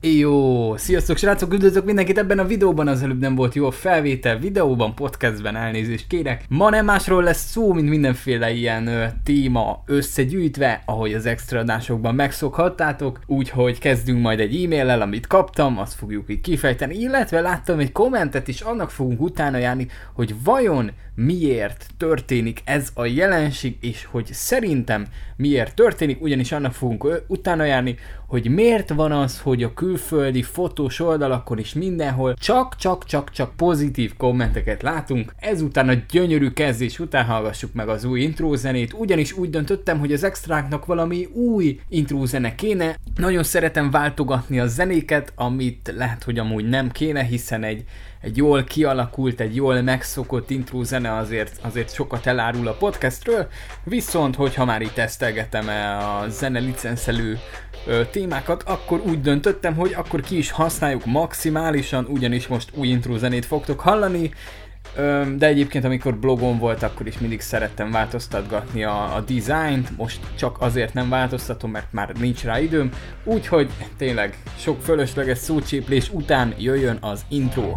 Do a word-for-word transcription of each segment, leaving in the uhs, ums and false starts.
Jó, sziasztok srácok, üdvözlök mindenkit ebben a videóban, az előbb nem volt jó a felvétel, videóban, podcastben elnézést kérek. Ma nem másról lesz szó, mint mindenféle ilyen ö, téma összegyűjtve, ahogy az extra adásokban megszokhattátok, úgyhogy kezdünk majd egy e-maillel, amit kaptam, azt fogjuk így kifejteni, illetve láttam egy kommentet is, annak fogunk utána járni, hogy vajon miért történik ez a jelenség, és hogy szerintem miért történik, ugyanis annak fogunk ö, utána járni, hogy miért van az, hogy a külföldi fotós oldalakon is mindenhol csak-csak-csak-csak pozitív kommenteket látunk. Ezután a gyönyörű kezdés után hallgassuk meg az új intrózenét, ugyanis úgy döntöttem, hogy az extráknak valami új intrózene kéne. Nagyon szeretem váltogatni a zenéket, amit lehet, hogy amúgy nem kéne, hiszen egy egy jól kialakult, egy jól megszokott intrózene azért, azért sokat elárul a podcastről, viszont hogyha már itt tesztelgetem a zene licenszelő ö, témákat, akkor úgy döntöttem, hogy akkor ki is használjuk maximálisan, ugyanis most új intrózenét fogtok hallani, ö, de egyébként amikor blogon volt, akkor is mindig szerettem változtatgatni a, a dizájnt, most csak azért nem változtatom, mert már nincs rá időm, úgyhogy tényleg sok fölösleges szócséplés után jöjjön az intro.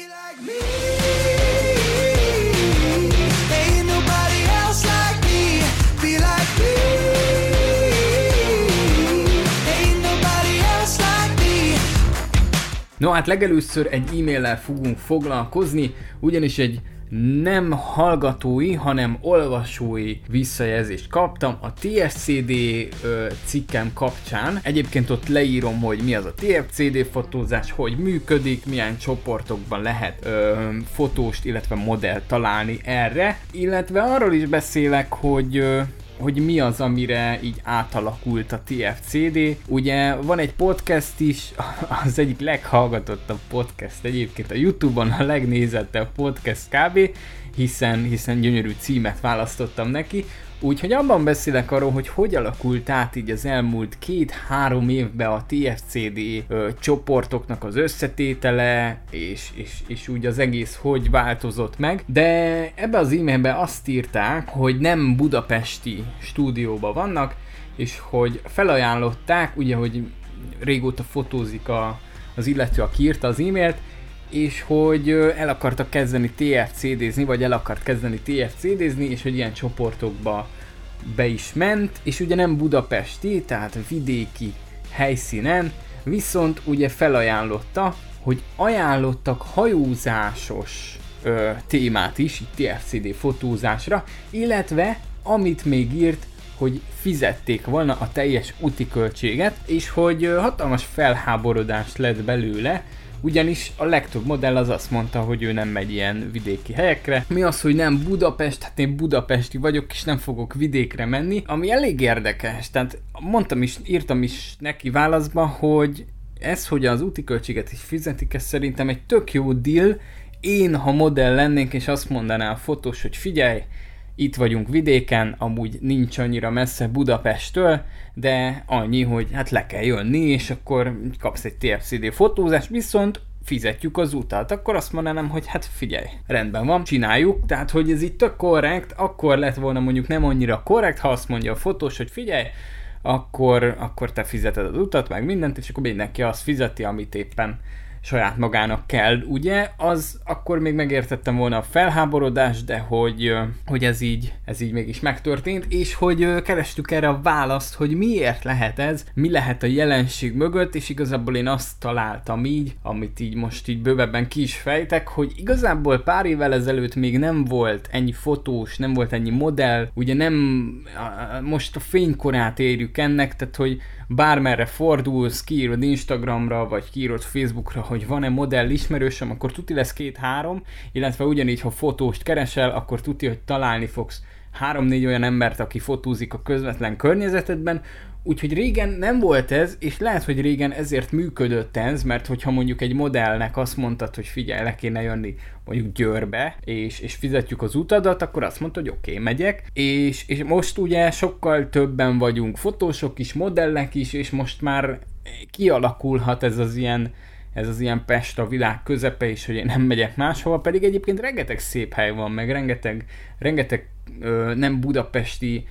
No hát legelőször egy e-maillel fogunk foglalkozni, ugyanis egy nem hallgatói, hanem olvasói visszajelzést kaptam a té ef cé dé ö, cikkem kapcsán. Egyébként ott leírom, hogy mi az a té ef cé dé fotózás, hogy működik, milyen csoportokban lehet ö, fotóst, illetve modellt találni erre, illetve arról is beszélek, hogy ö, hogy mi az, amire így átalakult a té ef cé dé. Ugye van egy podcast is, az egyik leghallgatottabb podcast egyébként a YouTube-on, a legnézettebb podcast kb. Hiszen, hiszen gyönyörű címet választottam neki. Úgyhogy abban beszélek arról, hogy hogy alakult át így az elmúlt két-három évben a té ef cé dé ö, csoportoknak az összetétele, és, és, és úgy az egész hogy változott meg. De ebbe az e-mailben azt írták, hogy nem budapesti stúdióban vannak, és hogy felajánlották, ugye, hogy régóta fotózik a, az illető, aki írta az e-mailt, és hogy el akartak kezdeni té ef cé dézni, vagy el akart kezdeni té ef cé dézni, és hogy ilyen csoportokba be is ment, és ugye nem budapesti, tehát vidéki helyszínen, viszont ugye felajánlotta, hogy ajánlottak hajózásos ö, témát is, itt té ef cé dé fotózásra, illetve amit még írt, hogy fizették volna a teljes úti költséget, és hogy ö, hatalmas felháborodás lett belőle, ugyanis a legtöbb modell az azt mondta, hogy ő nem megy ilyen vidéki helyekre. Mi az, hogy nem Budapest, hát én budapesti vagyok, és nem fogok vidékre menni, ami elég érdekes. Tehát mondtam is, írtam is neki válaszba, hogy ez, hogy az úti költséget is fizetik, ez szerintem egy tök jó deal. Én, ha modell lennénk, és azt mondaná a fotós, hogy figyelj, itt vagyunk vidéken, amúgy nincs annyira messze Budapesttől, de annyi, hogy hát le kell jönni, és akkor kapsz egy té ef cé dé fotózást, viszont fizetjük az utat. Akkor azt mondanám, hogy hát figyelj, rendben van, csináljuk, tehát hogy ez itt tök korrekt, akkor lett volna mondjuk nem annyira korrekt, ha azt mondja a fotós, hogy figyelj, akkor, akkor te fizeted az utat, meg mindent, és akkor mindenki azt fizeti, amit éppen saját magának kell, ugye, az akkor még megértettem volna a felháborodást, de hogy, hogy ez így, ez így mégis megtörtént, és hogy kerestük erre a választ, hogy miért lehet ez, mi lehet a jelenség mögött, és igazából én azt találtam így, amit így most így bővebben ki is fejtek, hogy igazából pár évvel ezelőtt még nem volt ennyi fotós, nem volt ennyi modell, ugye nem, most a fénykorát érjük ennek, tehát hogy bármerre fordulsz, kiírod Instagramra, vagy kiírod Facebookra, hogy van-e modell ismerősöm, akkor tuti lesz két-három, illetve ugyanígy, ha fotóst keresel, akkor tuti, hogy találni fogsz három-négy olyan embert, aki fotózik a közvetlen környezetedben, úgyhogy régen nem volt ez, és lehet, hogy régen ezért működött ez, mert hogyha mondjuk egy modellnek azt mondtad, hogy figyelj, le kéne jönni mondjuk Győrbe, és, és fizetjük az utadat, akkor azt mondta, hogy oké, okay, megyek, és, és most ugye sokkal többen vagyunk fotósok is, modellek is, és most már kialakulhat ez az ilyen ez az ilyen Pest a világ közepe is, hogy én nem megyek máshova, pedig egyébként rengeteg szép hely van, meg rengeteg, rengeteg ö, nem budapesti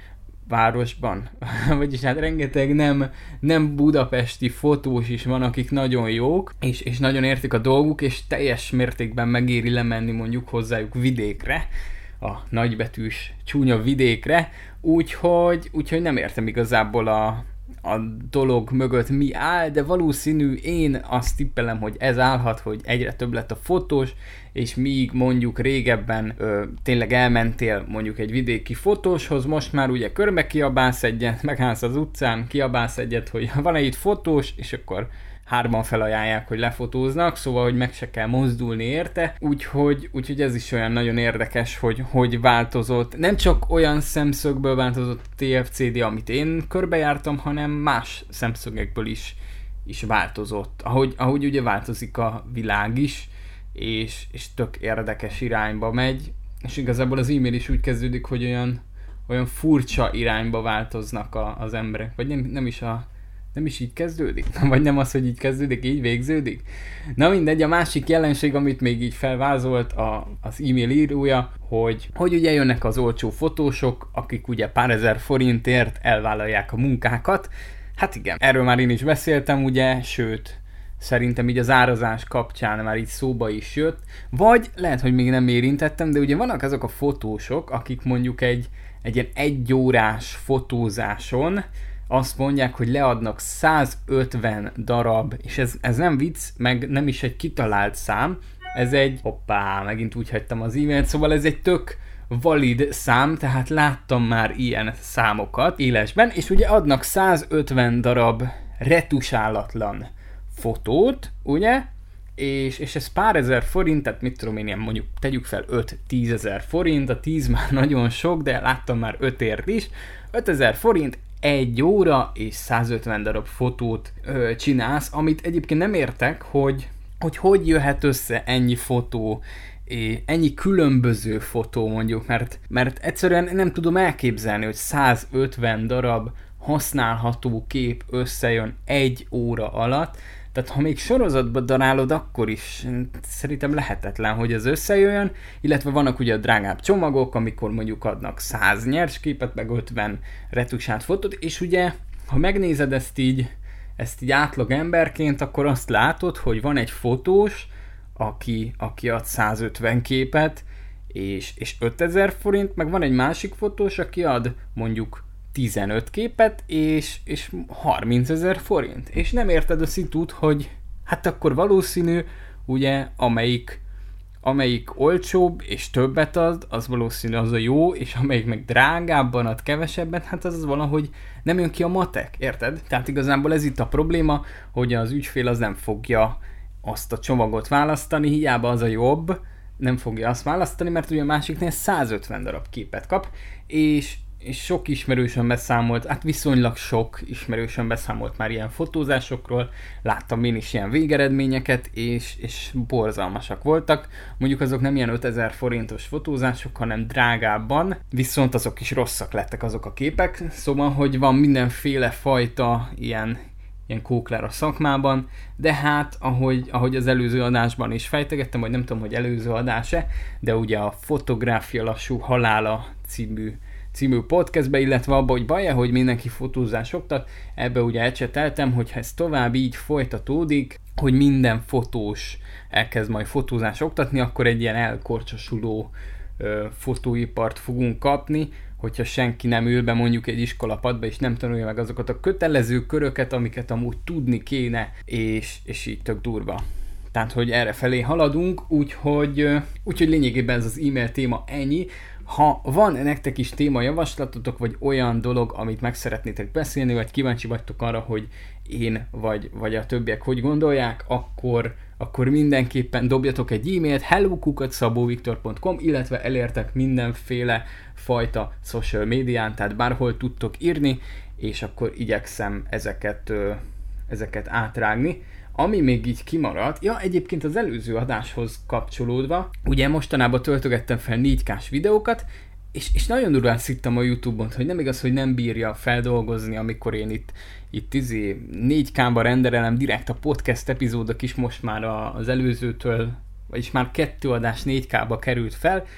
városban. Vagyis hát rengeteg nem, nem budapesti fotós is van, akik nagyon jók, és, és nagyon értik a dolguk, és teljes mértékben megéri lemenni mondjuk hozzájuk vidékre, a nagybetűs csúnya vidékre, úgyhogy, úgyhogy nem értem igazából a, a dolog mögött mi áll, de valószínű én azt tippelem, hogy ez állhat, hogy egyre több lett a fotós, és míg mondjuk régebben ö, tényleg elmentél mondjuk egy vidéki fotóshoz, most már ugye körbe kiabálsz egyet, megállsz az utcán, kiabálsz egyet, hogy van-e itt fotós, és akkor hárman felajánlják, hogy lefotóznak, szóval, hogy meg se kell mozdulni érte, úgyhogy, úgyhogy ez is olyan nagyon érdekes, hogy hogy változott. Nem csak olyan szemszögből változott a té ef cé dé, amit én körbejártam, hanem más szemszögekből is, is változott. Ahogy, ahogy ugye változik a világ is, és, és tök érdekes irányba megy, és igazából az e-mail is úgy kezdődik, hogy olyan, olyan furcsa irányba változnak a, az emberek, vagy nem, nem is a Nem is így kezdődik? Vagy nem az, hogy így kezdődik, így végződik? Na mindegy, a másik jelenség, amit még így felvázolt a, az e-mail írója, hogy, hogy ugye jönnek az olcsó fotósok, akik ugye pár ezer forintért elvállalják a munkákat. Hát igen, erről már én is beszéltem, ugye, sőt, szerintem így az árazás kapcsán már így szóba is jött. Vagy lehet, hogy még nem érintettem, de ugye vannak azok a fotósok, akik mondjuk egy, egy ilyen egyórás fotózáson azt mondják, hogy leadnak százötven darab, és ez, ez nem vicc, meg nem is egy kitalált szám, ez egy, hoppá, megint úgy hagytam az e-mailt, szóval ez egy tök valid szám, tehát láttam már ilyen számokat élesben, és ugye adnak százötven darab retusálatlan fotót, ugye, és, és ez pár ezer forint, tehát mit tudom én, ilyen mondjuk tegyük fel öt-tízezer forint, a tíz már nagyon sok, de láttam már ötért is, ötezer forint, egy óra és százötven darab fotót ö, csinálsz, amit egyébként nem értek, hogy, hogy hogy jöhet össze ennyi fotó, és ennyi különböző fotó mondjuk, mert, mert egyszerűen nem tudom elképzelni, hogy százötven darab használható kép összejön egy óra alatt, tehát ha még sorozatba darálod, akkor is szerintem lehetetlen, hogy ez összejöjjön, illetve vannak ugye a drágább csomagok, amikor mondjuk adnak száz nyers képet, meg ötven retusált fotót, és ugye, ha megnézed ezt így, ezt így átlag emberként, akkor azt látod, hogy van egy fotós, aki, aki ad százötven képet, és, és ötezer forint, meg van egy másik fotós, aki ad mondjuk tizenöt képet, és, és harmincezer forint. És nem érted a szitút, hogy hát akkor valószínű, ugye, amelyik, amelyik olcsóbb és többet ad, az valószínű az a jó, és amelyik meg drágábban ad kevesebbet, hát az, az valahogy nem jön ki a matek, érted? Tehát igazából ez itt a probléma, hogy az ügyfél az nem fogja azt a csomagot választani, hiába az a jobb, nem fogja azt választani, mert ugye a másiknél százötven darab képet kap, és és sok ismerősöm beszámolt, hát viszonylag sok ismerősöm beszámolt már ilyen fotózásokról, láttam én is ilyen végeredményeket, és, és borzalmasak voltak. Mondjuk azok nem ilyen ötezer forintos fotózások, hanem drágábban, viszont azok is rosszak lettek azok a képek, szóval, hogy van mindenféle fajta ilyen, ilyen kóklár a szakmában, de hát, ahogy, ahogy az előző adásban is fejtegettem, vagy nem tudom, hogy előző adás-e, de ugye a Fotográfia lassú halála című című podcastbe, illetve abba, hogy baj, hogy mindenki fotózás oktat, ebbe ugye ecseteltem, hogy ha ez tovább így folytatódik, hogy minden fotós elkezd majd fotózás oktatni, akkor egy ilyen elkorcsosuló ö, fotóipart fogunk kapni, hogyha senki nem ül be mondjuk egy iskolapadba, és nem tanulja meg azokat a kötelező köröket, amiket amúgy tudni kéne, és, és így tök durva. Tehát, hogy erre felé haladunk, úgyhogy, úgyhogy lényegében ez az e-mail téma ennyi. Ha van nektek is témajavaslatotok, vagy olyan dolog, amit meg szeretnétek beszélni, vagy kíváncsi vagytok arra, hogy én vagy, vagy a többiek hogy gondolják, akkor, akkor mindenképpen dobjatok egy e-mailt hello kukac szabó viktor pont com, illetve elértek mindenféle fajta social médián, tehát bárhol tudtok írni, és akkor igyekszem ezeket, ezeket átrágni. Ami még így kimaradt, ja egyébként az előző adáshoz kapcsolódva, ugye mostanában töltögettem fel négy kás videókat, és, és nagyon durván szittem a YouTube-on, hogy nem igaz, hogy nem bírja feldolgozni, amikor én itt, itt izé négy ká-ba renderelem direkt a podcast epizódok is most már az előzőtől, vagyis már kettő adás négy ká-ba került fel,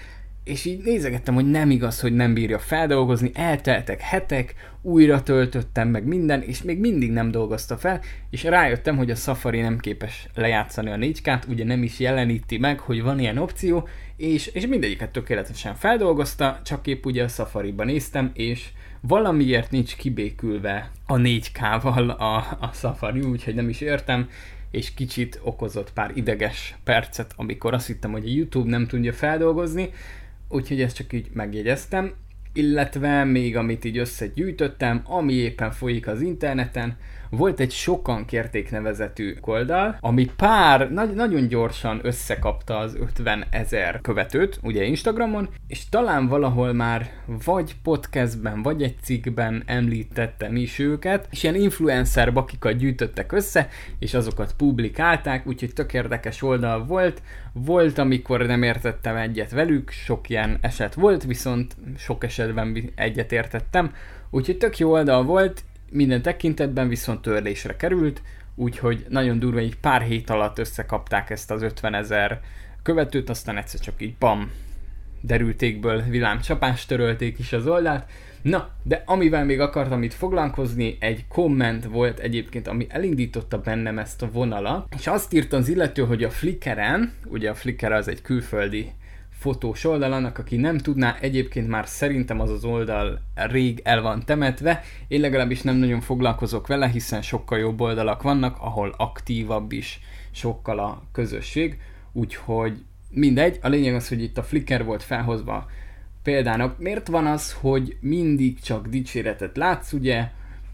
és így nézegettem, hogy nem igaz, hogy nem bírja feldolgozni, elteltek hetek, újra töltöttem meg minden, és még mindig nem dolgozta fel, és rájöttem, hogy a Safari nem képes lejátszani a négy kát, ugye nem is jeleníti meg, hogy van ilyen opció, és, és mindegyiket tökéletesen feldolgozta, csak épp ugye a Safari-ban néztem, és valamiért nincs kibékülve a négy ká-val a, a Safari, úgyhogy nem is értem, és kicsit okozott pár ideges percet, amikor azt hittem, hogy a YouTube nem tudja feldolgozni, úgyhogy ezt csak így megjegyeztem, illetve még amit így összegyűjtöttem, ami éppen folyik az interneten, volt egy sokan kérték nevezetű oldal, ami pár, nagy, nagyon gyorsan összekapta az ötven ezer követőt, ugye Instagramon, és talán valahol már vagy podcastben, vagy egy cikkben említettem is őket, és ilyen influencer bakikat gyűjtöttek össze, és azokat publikálták, úgyhogy tök érdekes oldal volt. Volt, amikor nem értettem egyet velük, sok ilyen eset volt, viszont sok esetben egyet értettem, úgyhogy tök jó oldal volt, minden tekintetben viszont törlésre került, úgyhogy nagyon durva, így pár hét alatt összekapták ezt az ötven ezer követőt, aztán egyszer csak így bam, derültékből villámcsapást törölték is az oldalt. Na, de amivel még akartam itt foglalkozni, egy komment volt egyébként, ami elindította bennem ezt a vonalat, és azt írta az illető, hogy a Flickren, ugye a Flickr az egy külföldi fotós oldal, annak, aki nem tudná, egyébként már szerintem az az oldal rég el van temetve, én legalábbis nem nagyon foglalkozok vele, hiszen sokkal jobb oldalak vannak, ahol aktívabb is sokkal a közösség, úgyhogy mindegy, a lényeg az, hogy itt a Flickr volt felhozva példának. Miért van az, hogy mindig csak dicséretet látsz, ugye?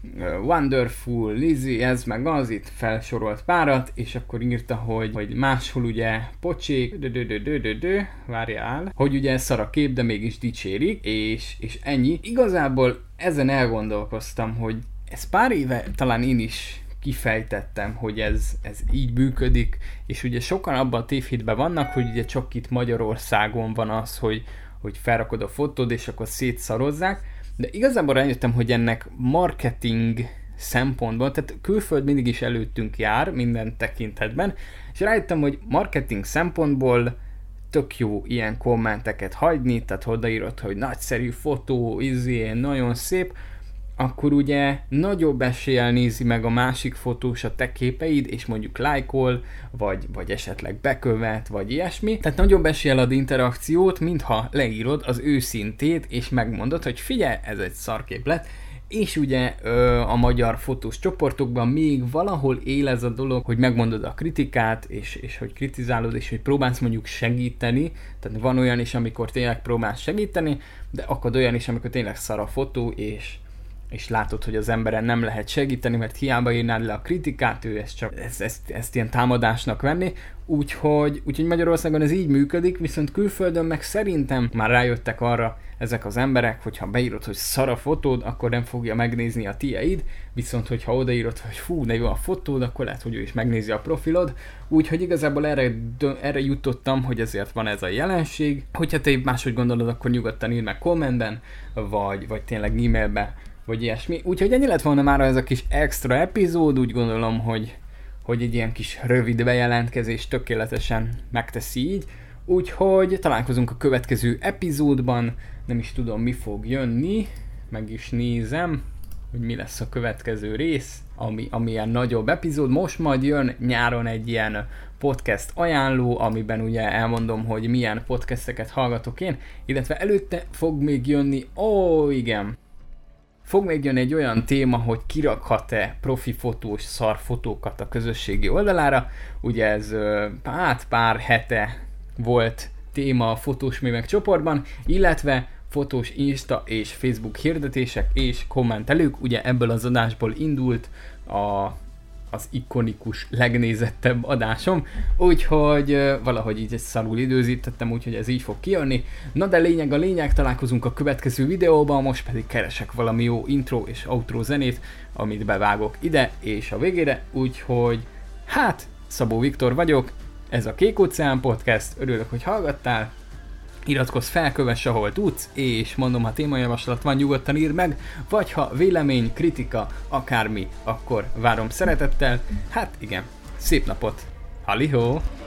Wonderful, Lizzie, ez meg az, itt felsorolt párat, és akkor írta, hogy, hogy máshol ugye pocsék, dö-dö-dö-dö-dö, várjál, hogy ugye szar a kép, de mégis dicsérik, és, és ennyi. Igazából ezen elgondolkoztam, hogy ez pár éve talán én is kifejtettem, hogy ez, ez így működik, és ugye sokan abban a tévhitben vannak, hogy ugye csak itt Magyarországon van az, hogy, hogy felrakod a fotód, és akkor szétszarozzák, de igazából rájöttem, hogy ennek marketing szempontból, tehát külföld mindig is előttünk jár minden tekintetben, és rájöttem, hogy marketing szempontból tök jó ilyen kommenteket hagyni, tehát odaírod, hogy nagyszerű fotó, izé, nagyon szép, akkor ugye nagyobb eséllyel nézi meg a másik fotós a te képeid, és mondjuk lájkol, vagy, vagy esetleg bekövet, vagy ilyesmi. Tehát nagyobb eséllyel ad interakciót, mintha leírod az őszintét, és megmondod, hogy figyelj, ez egy szarképlet, és ugye ö, a magyar fotós csoportokban még valahol él ez a dolog, hogy megmondod a kritikát, és, és hogy kritizálod, és hogy próbálsz mondjuk segíteni, tehát van olyan is, amikor tényleg próbálsz segíteni, de akad olyan is, amikor tényleg szar a fotó, és és látod, hogy az emberen nem lehet segíteni, mert hiába írnád le a kritikát, ő ezt csak ezt, ezt, ezt ilyen támadásnak venni, úgyhogy, úgyhogy Magyarországon ez így működik, viszont külföldön meg szerintem már rájöttek arra ezek az emberek, hogyha beírod, hogy szar a fotód, akkor nem fogja megnézni a tiéd, viszont hogyha odaírod, hogy fú, de jó a fotód, akkor lehet, hogy ő is megnézi a profilod, úgyhogy igazából erre, erre jutottam, hogy ezért van ez a jelenség. Hogyha te máshogy gondolod, akkor nyugodtan írd meg kommentben, vagy, vagy tényleg e-mailbe, vagy ilyesmi. Úgyhogy ennyi lett volna már ez a kis extra epizód, úgy gondolom, hogy, hogy egy ilyen kis rövid bejelentkezés tökéletesen megteszi így. Úgyhogy találkozunk a következő epizódban, nem is tudom mi fog jönni, meg is nézem, hogy mi lesz a következő rész, ami, ami ilyen nagyobb epizód. Most majd jön nyáron egy ilyen podcast ajánló, amiben ugye elmondom, hogy milyen podcasteket hallgatok én, illetve előtte fog még jönni, ó igen, fog még jönni egy olyan téma, hogy kirakhat-e profi fotós szarfotókat a közösségi oldalára. Ugye ez hát pár hete volt téma a fotós mémek csoportban, illetve fotós Insta és Facebook hirdetések és kommentelők. Ugye ebből az adásból indult a, az ikonikus, legnézettebb adásom, úgyhogy valahogy így egy szarul időzítettem, úgyhogy ez így fog kijönni. Na de lényeg a lényeg, találkozunk a következő videóban, most pedig keresek valami jó intro és outro zenét, amit bevágok ide és a végére, úgyhogy hát, Szabó Viktor vagyok, ez a Kék Óceán Podcast, örülök, hogy hallgattál, iratkozz fel, kövess, ahol tudsz, és mondom, ha témajavaslat van, nyugodtan írd meg, vagy ha vélemény, kritika, akármi, akkor várom szeretettel. Hát igen, szép napot! Halihó!